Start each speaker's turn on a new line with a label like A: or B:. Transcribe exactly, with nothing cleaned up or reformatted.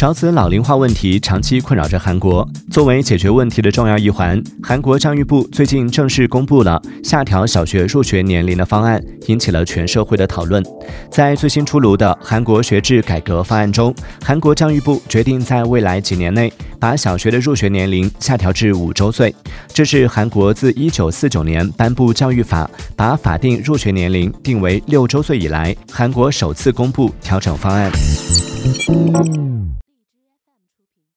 A: 少子老龄化问题长期困扰着韩国，作为解决问题的重要一环，韩国教育部最近正式公布了下调小学入学年龄的方案，引起了全社会的讨论。在最新出炉的韩国学制改革方案中，韩国教育部决定在未来几年内把小学的入学年龄下调至五周岁。这是韩国自一九四九年颁布教育法，把法定入学年龄定为六周岁以来，韩国首次公布调整方案。